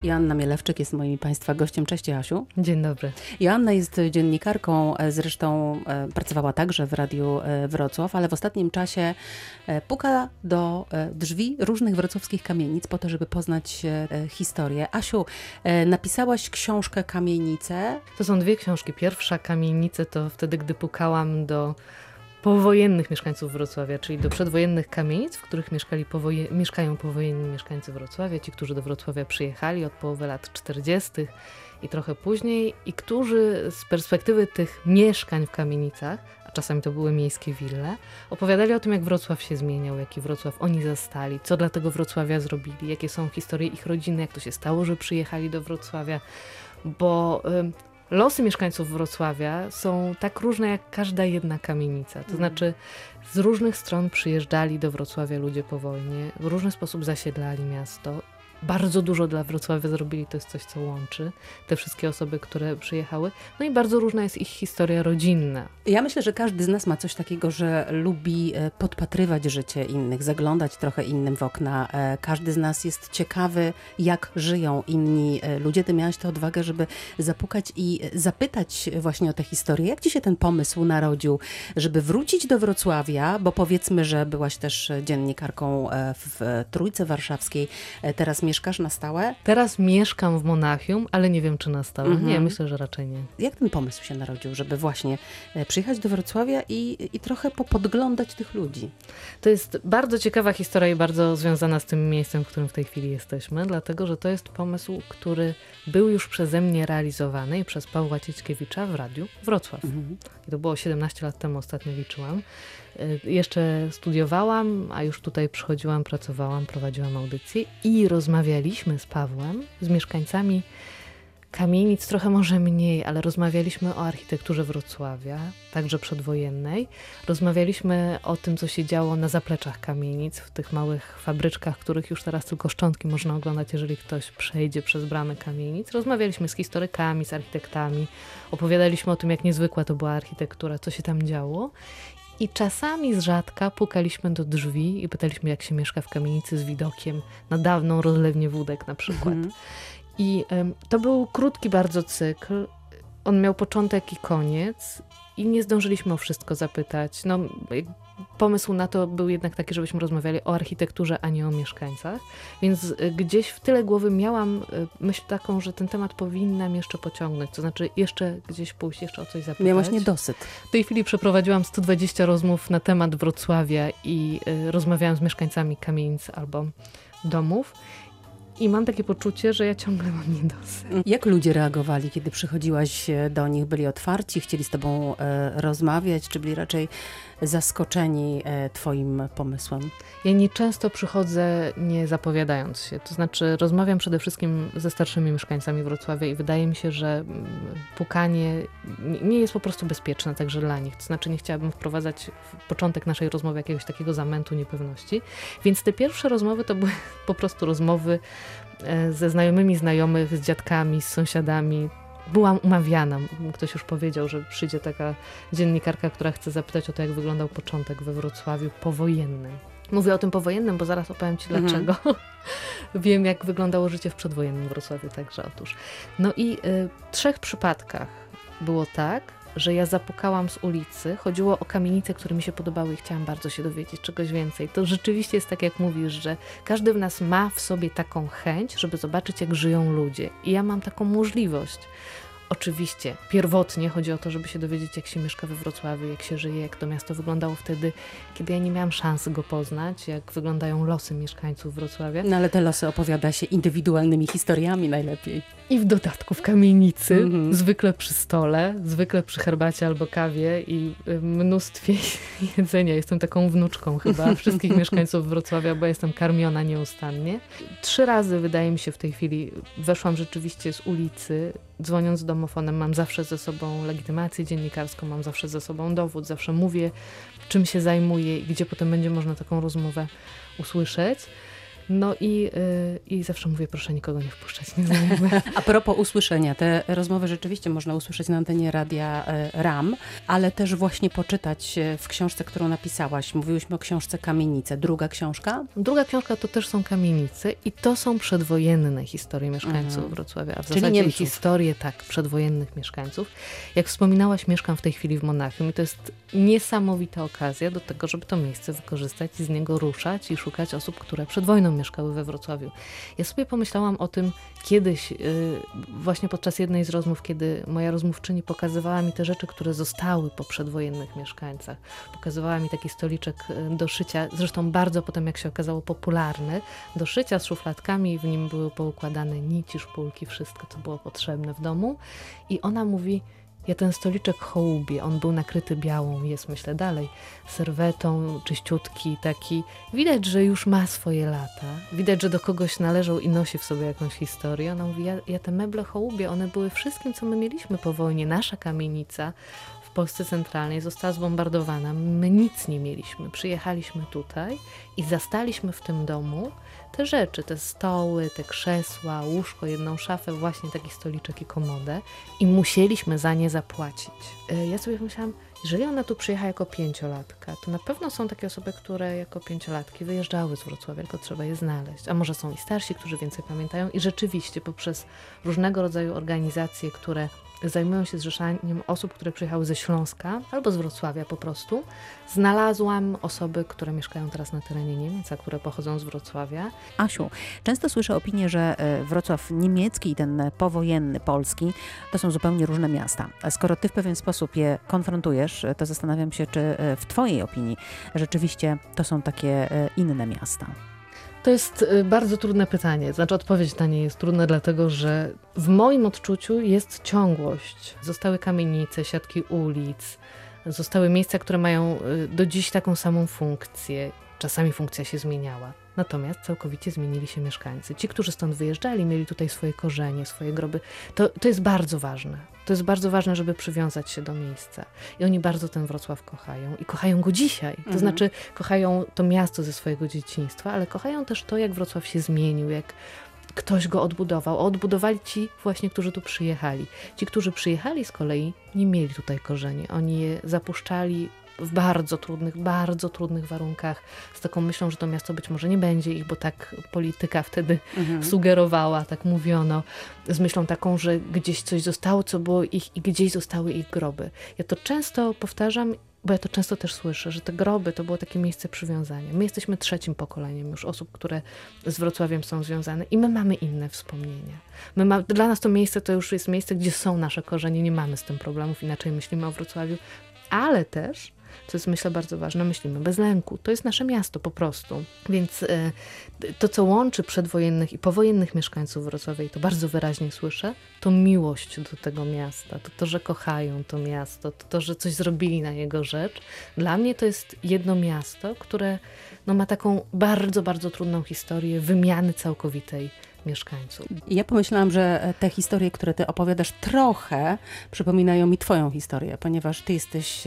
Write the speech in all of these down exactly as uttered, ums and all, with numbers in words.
Joanna Mielewczyk jest moim Państwa gościem. Cześć, Jasiu. Dzień dobry. Joanna jest dziennikarką, zresztą pracowała także w Radiu Wrocław, ale w ostatnim czasie puka do drzwi różnych wrocławskich kamienic po to, żeby poznać historię. Asiu, napisałaś książkę Kamienice. To są dwie książki. Pierwsza, Kamienice, to wtedy, gdy pukałam do powojennych mieszkańców Wrocławia, czyli do przedwojennych kamienic, w których mieszkali powoje- mieszkają powojenni mieszkańcy Wrocławia, ci, którzy do Wrocławia przyjechali od połowy lat czterdziestych i trochę później i którzy z perspektywy tych mieszkań w kamienicach, a czasami to były miejskie wille, opowiadali o tym, jak Wrocław się zmieniał, jaki Wrocław oni zastali, co dla tego Wrocławia zrobili, jakie są historie ich rodziny, jak to się stało, że przyjechali do Wrocławia, bo Ym, losy mieszkańców Wrocławia są tak różne jak każda jedna kamienica. To znaczy z różnych stron przyjeżdżali do Wrocławia ludzie po wojnie, w różny sposób zasiedlali miasto. Bardzo dużo dla Wrocławia zrobili, to jest coś, co łączy te wszystkie osoby, które przyjechały. No i bardzo różna jest ich historia rodzinna. Ja myślę, że każdy z nas ma coś takiego, że lubi podpatrywać życie innych, zaglądać trochę innym w okna. Każdy z nas jest ciekawy, jak żyją inni ludzie. Ty miałaś tę odwagę, żeby zapukać i zapytać właśnie o tę historię. Jak ci się ten pomysł narodził, żeby wrócić do Wrocławia, bo powiedzmy, że byłaś też dziennikarką w Trójce Warszawskiej, teraz mieszkasz na stałe? Teraz mieszkam w Monachium, ale nie wiem, czy na stałe. Mhm. Nie, myślę, że raczej nie. Jak ten pomysł się narodził, żeby właśnie przyjechać do Wrocławia i, i trochę popodglądać tych ludzi? To jest bardzo ciekawa historia i bardzo związana z tym miejscem, w którym w tej chwili jesteśmy, dlatego, że to jest pomysł, który był już przeze mnie realizowany i przez Pawła Ciećkiewicza w Radiu Wrocław. Mhm. I to było siedemnaście lat temu, ostatnio liczyłam. Jeszcze studiowałam, a już tutaj przychodziłam, pracowałam, prowadziłam audycję i rozmawialiśmy z Pawłem, z mieszkańcami kamienic, trochę może mniej, ale rozmawialiśmy o architekturze Wrocławia, także przedwojennej. Rozmawialiśmy o tym, co się działo na zapleczach kamienic, w tych małych fabryczkach, których już teraz tylko szczątki można oglądać, jeżeli ktoś przejdzie przez bramy kamienic. Rozmawialiśmy z historykami, z architektami, opowiadaliśmy o tym, jak niezwykła to była architektura, co się tam działo. I czasami z rzadka pukaliśmy do drzwi i pytaliśmy, jak się mieszka w kamienicy z widokiem na dawną rozlewnię Wódek na przykład. Mhm. I um, to był krótki bardzo cykl. On miał początek i koniec i nie zdążyliśmy o wszystko zapytać. No, pomysł na to był jednak taki, żebyśmy rozmawiali o architekturze, a nie o mieszkańcach. Więc gdzieś w tyle głowy miałam myśl taką, że ten temat powinnam jeszcze pociągnąć. To znaczy jeszcze gdzieś pójść, jeszcze o coś zapytać. Miałaś niedosyt. W tej chwili przeprowadziłam sto dwadzieścia rozmów na temat Wrocławia i y, rozmawiałam z mieszkańcami kamienic albo domów. I mam takie poczucie, że ja ciągle mam niedosyt. Jak ludzie reagowali, kiedy przychodziłaś do nich? Byli otwarci, chcieli z tobą e, rozmawiać, czy byli raczej zaskoczeni e, twoim pomysłem? Ja nieczęsto przychodzę nie zapowiadając się. To znaczy rozmawiam przede wszystkim ze starszymi mieszkańcami Wrocławia i wydaje mi się, że pukanie nie jest po prostu bezpieczne także dla nich. To znaczy nie chciałabym wprowadzać w początek naszej rozmowy jakiegoś takiego zamętu, niepewności. Więc te pierwsze rozmowy to były po prostu rozmowy ze znajomymi znajomych, z dziadkami, z sąsiadami. Byłam umawiana. Ktoś już powiedział, że przyjdzie taka dziennikarka, która chce zapytać o to, jak wyglądał początek we Wrocławiu powojennym. Mówię o tym powojennym, bo zaraz opowiem ci dlaczego. Mhm. Wiem, jak wyglądało życie w przedwojennym Wrocławiu, także otóż. No i y, w trzech przypadkach było tak, że ja zapukałam z ulicy, chodziło o kamienice, które mi się podobały i chciałam bardzo się dowiedzieć czegoś więcej. To rzeczywiście jest tak, jak mówisz, że każdy w nas ma w sobie taką chęć, żeby zobaczyć, jak żyją ludzie. I ja mam taką możliwość. Oczywiście, pierwotnie chodzi o to, żeby się dowiedzieć, jak się mieszka we Wrocławiu, jak się żyje, jak to miasto wyglądało wtedy, kiedy ja nie miałam szansy go poznać, jak wyglądają losy mieszkańców Wrocławia. No ale te losy opowiada się indywidualnymi historiami najlepiej. I w dodatku w kamienicy, mm-hmm. zwykle przy stole, zwykle przy herbacie albo kawie i mnóstwie jedzenia. Jestem taką wnuczką chyba wszystkich mieszkańców Wrocławia, bo jestem karmiona nieustannie. Trzy razy, wydaje mi się, w tej chwili weszłam rzeczywiście z ulicy, dzwoniąc domofonem. Mam zawsze ze sobą legitymację dziennikarską, mam zawsze ze sobą dowód, zawsze mówię, czym się zajmuję i gdzie potem będzie można taką rozmowę usłyszeć. No i, yy, i zawsze mówię, proszę nikogo nie wpuszczać, nieznajomych. A propos usłyszenia, te rozmowy rzeczywiście można usłyszeć na antenie Radia RAM, ale też właśnie poczytać w książce, którą napisałaś. Mówiłyśmy o książce Kamienice. Druga książka? Druga książka to też są kamienice i to są przedwojenne historie mieszkańców mhm. Wrocławia, a w Czyli zasadzie Niemców. historie tak, przedwojennych mieszkańców. Jak wspominałaś, mieszkam w tej chwili w Monachium i to jest niesamowita okazja do tego, żeby to miejsce wykorzystać i z niego ruszać i szukać osób, które przed wojną mieszkały we Wrocławiu. Ja sobie pomyślałam o tym kiedyś, yy, właśnie podczas jednej z rozmów, kiedy moja rozmówczyni pokazywała mi te rzeczy, które zostały po przedwojennych mieszkańcach. Pokazywała mi taki stoliczek do szycia, zresztą bardzo potem, jak się okazało, popularny, do szycia z szufladkami, w nim były poukładane nici, szpulki, wszystko, co było potrzebne w domu. I ona mówi, ja ten stoliczek hołubię, on był nakryty białą, jest myślę dalej, serwetą, czyściutki, taki. Widać, że już ma swoje lata, widać, że do kogoś należał i nosi w sobie jakąś historię. Ona mówi, ja, ja te meble hołubię, one były wszystkim, co my mieliśmy po wojnie. Nasza kamienica w Polsce Centralnej została zbombardowana, my nic nie mieliśmy. Przyjechaliśmy tutaj i zastaliśmy w tym domu te rzeczy, te stoły, te krzesła, łóżko, jedną szafę, właśnie taki stoliczek i komodę i musieliśmy za nie zapłacić. Ja sobie pomyślałam, jeżeli ona tu przyjechała jako pięciolatka, to na pewno są takie osoby, które jako pięciolatki wyjeżdżały z Wrocławia, tylko trzeba je znaleźć. A może są i starsi, którzy więcej pamiętają i rzeczywiście poprzez różnego rodzaju organizacje, które zajmują się zrzeszaniem osób, które przyjechały ze Śląska albo z Wrocławia po prostu. Znalazłam osoby, które mieszkają teraz na terenie Niemiec, a które pochodzą z Wrocławia. Asiu, często słyszę opinię, że Wrocław niemiecki i ten powojenny polski to są zupełnie różne miasta. A skoro ty w pewien sposób je konfrontujesz, to zastanawiam się, czy w twojej opinii rzeczywiście to są takie inne miasta. To jest bardzo trudne pytanie, znaczy odpowiedź na nie jest trudna, dlatego że w moim odczuciu jest ciągłość. Zostały kamienice, siatki ulic, zostały miejsca, które mają do dziś taką samą funkcję. Czasami funkcja się zmieniała, natomiast całkowicie zmienili się mieszkańcy. Ci, którzy stąd wyjeżdżali, mieli tutaj swoje korzenie, swoje groby. To, to jest bardzo ważne. To jest bardzo ważne, żeby przywiązać się do miejsca. I oni bardzo ten Wrocław kochają. I kochają go dzisiaj. To mhm. znaczy kochają to miasto ze swojego dzieciństwa, ale kochają też to, jak Wrocław się zmienił, jak ktoś go odbudował. Odbudowali ci właśnie, którzy tu przyjechali. Ci, którzy przyjechali z kolei, nie mieli tutaj korzeni. Oni je zapuszczali w bardzo trudnych, bardzo trudnych warunkach, z taką myślą, że to miasto być może nie będzie ich, bo tak polityka wtedy mhm. sugerowała, tak mówiono, z myślą taką, że gdzieś coś zostało, co było ich i gdzieś zostały ich groby. Ja to często powtarzam, bo ja to często też słyszę, że te groby to było takie miejsce przywiązania. My jesteśmy trzecim pokoleniem już osób, które z Wrocławiem są związane i my mamy inne wspomnienia. My ma, dla nas to miejsce to już jest miejsce, gdzie są nasze korzenie, nie mamy z tym problemów, inaczej myślimy o Wrocławiu, ale też co jest myślę bardzo ważne, myślimy bez lęku. To jest nasze miasto po prostu. Więc y, to, co łączy przedwojennych i powojennych mieszkańców Wrocławia, i to bardzo wyraźnie słyszę, to miłość do tego miasta. To to, że kochają to miasto, to to, że coś zrobili na jego rzecz. Dla mnie to jest jedno miasto, które no, ma taką bardzo, bardzo trudną historię wymiany całkowitej mieszkańców. Ja pomyślałam, że te historie, które ty opowiadasz, trochę przypominają mi twoją historię, ponieważ ty jesteś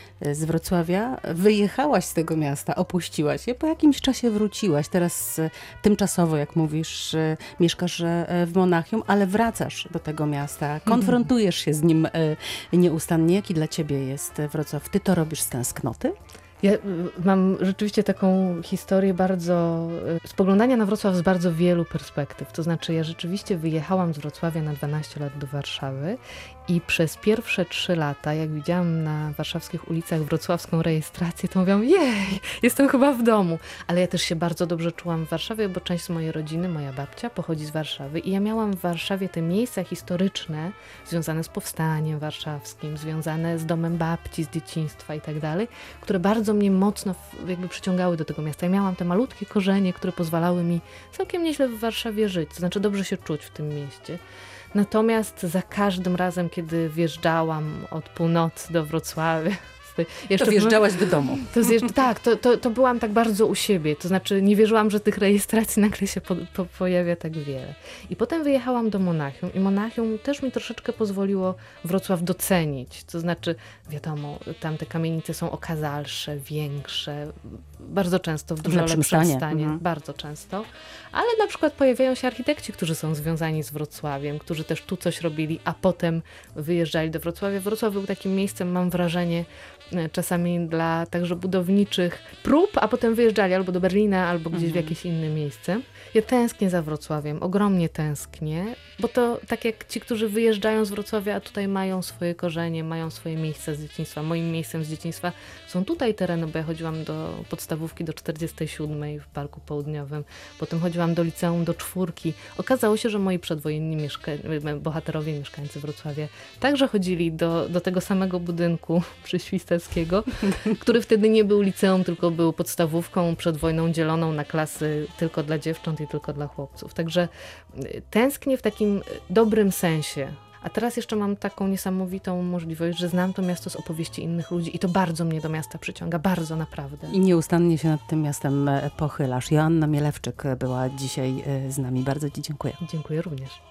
z Wrocławia, wyjechałaś z tego miasta, opuściłaś je, po jakimś czasie wróciłaś, teraz tymczasowo, jak mówisz, mieszkasz w Monachium, ale wracasz do tego miasta, konfrontujesz się z nim nieustannie. Jaki dla ciebie jest Wrocław? Ty to robisz z tęsknoty? Ja mam rzeczywiście taką historię bardzo, spoglądania na Wrocław z bardzo wielu perspektyw. To znaczy ja rzeczywiście wyjechałam z Wrocławia na dwanaście lat do Warszawy i przez pierwsze trzy lata, jak widziałam na warszawskich ulicach wrocławską rejestrację, to mówiłam, jej, jestem chyba w domu. Ale ja też się bardzo dobrze czułam w Warszawie, bo część z mojej rodziny, moja babcia, pochodzi z Warszawy i ja miałam w Warszawie te miejsca historyczne związane z powstaniem warszawskim, związane z domem babci, z dzieciństwa i tak dalej, które bardzo mnie mocno jakby przyciągały do tego miasta. Ja miałam te malutkie korzenie, które pozwalały mi całkiem nieźle w Warszawie żyć, to znaczy dobrze się czuć w tym mieście. Natomiast za każdym razem, kiedy wjeżdżałam od północy do Wrocławia z Wrocławskiej. To Jeszcze wjeżdżałaś do domu. To zjeżdż... Tak, to, to, to byłam tak bardzo u siebie. To znaczy nie wierzyłam, że tych rejestracji nagle się po, po, pojawia tak wiele. I potem wyjechałam do Monachium i Monachium też mi troszeczkę pozwoliło Wrocław docenić. To znaczy, wiadomo, tam te kamienice są okazalsze, większe, bardzo często w dużo lepszym stanie. stanie mhm. Bardzo często. Ale na przykład pojawiają się architekci, którzy są związani z Wrocławiem, którzy też tu coś robili, a potem wyjeżdżali do Wrocławia. Wrocław był takim miejscem, mam wrażenie, czasami dla także budowniczych prób, a potem wyjeżdżali albo do Berlina, albo gdzieś mhm. w jakieś inne miejsce. Ja tęsknię za Wrocławiem, ogromnie tęsknię, bo to tak jak ci, którzy wyjeżdżają z Wrocławia, a tutaj mają swoje korzenie, mają swoje miejsca z dzieciństwa. Moim miejscem z dzieciństwa są tutaj tereny, bo ja chodziłam do podstawówki do czterdziestej siódmej w Parku Południowym, potem chodziłam do liceum do czwórki. Okazało się, że moi przedwojenni mieszka- bohaterowie, mieszkańcy Wrocławia także chodzili do, do tego samego budynku przy Świsteckiego, który wtedy nie był liceum, tylko był podstawówką przed wojną dzieloną na klasy tylko dla dziewcząt i tylko dla chłopców. Także tęsknię w takim dobrym sensie. A teraz jeszcze mam taką niesamowitą możliwość, że znam to miasto z opowieści innych ludzi i to bardzo mnie do miasta przyciąga, bardzo naprawdę. I nieustannie się nad tym miastem pochylasz. Joanna Mielewczyk była dzisiaj z nami. Bardzo Ci dziękuję. Dziękuję również.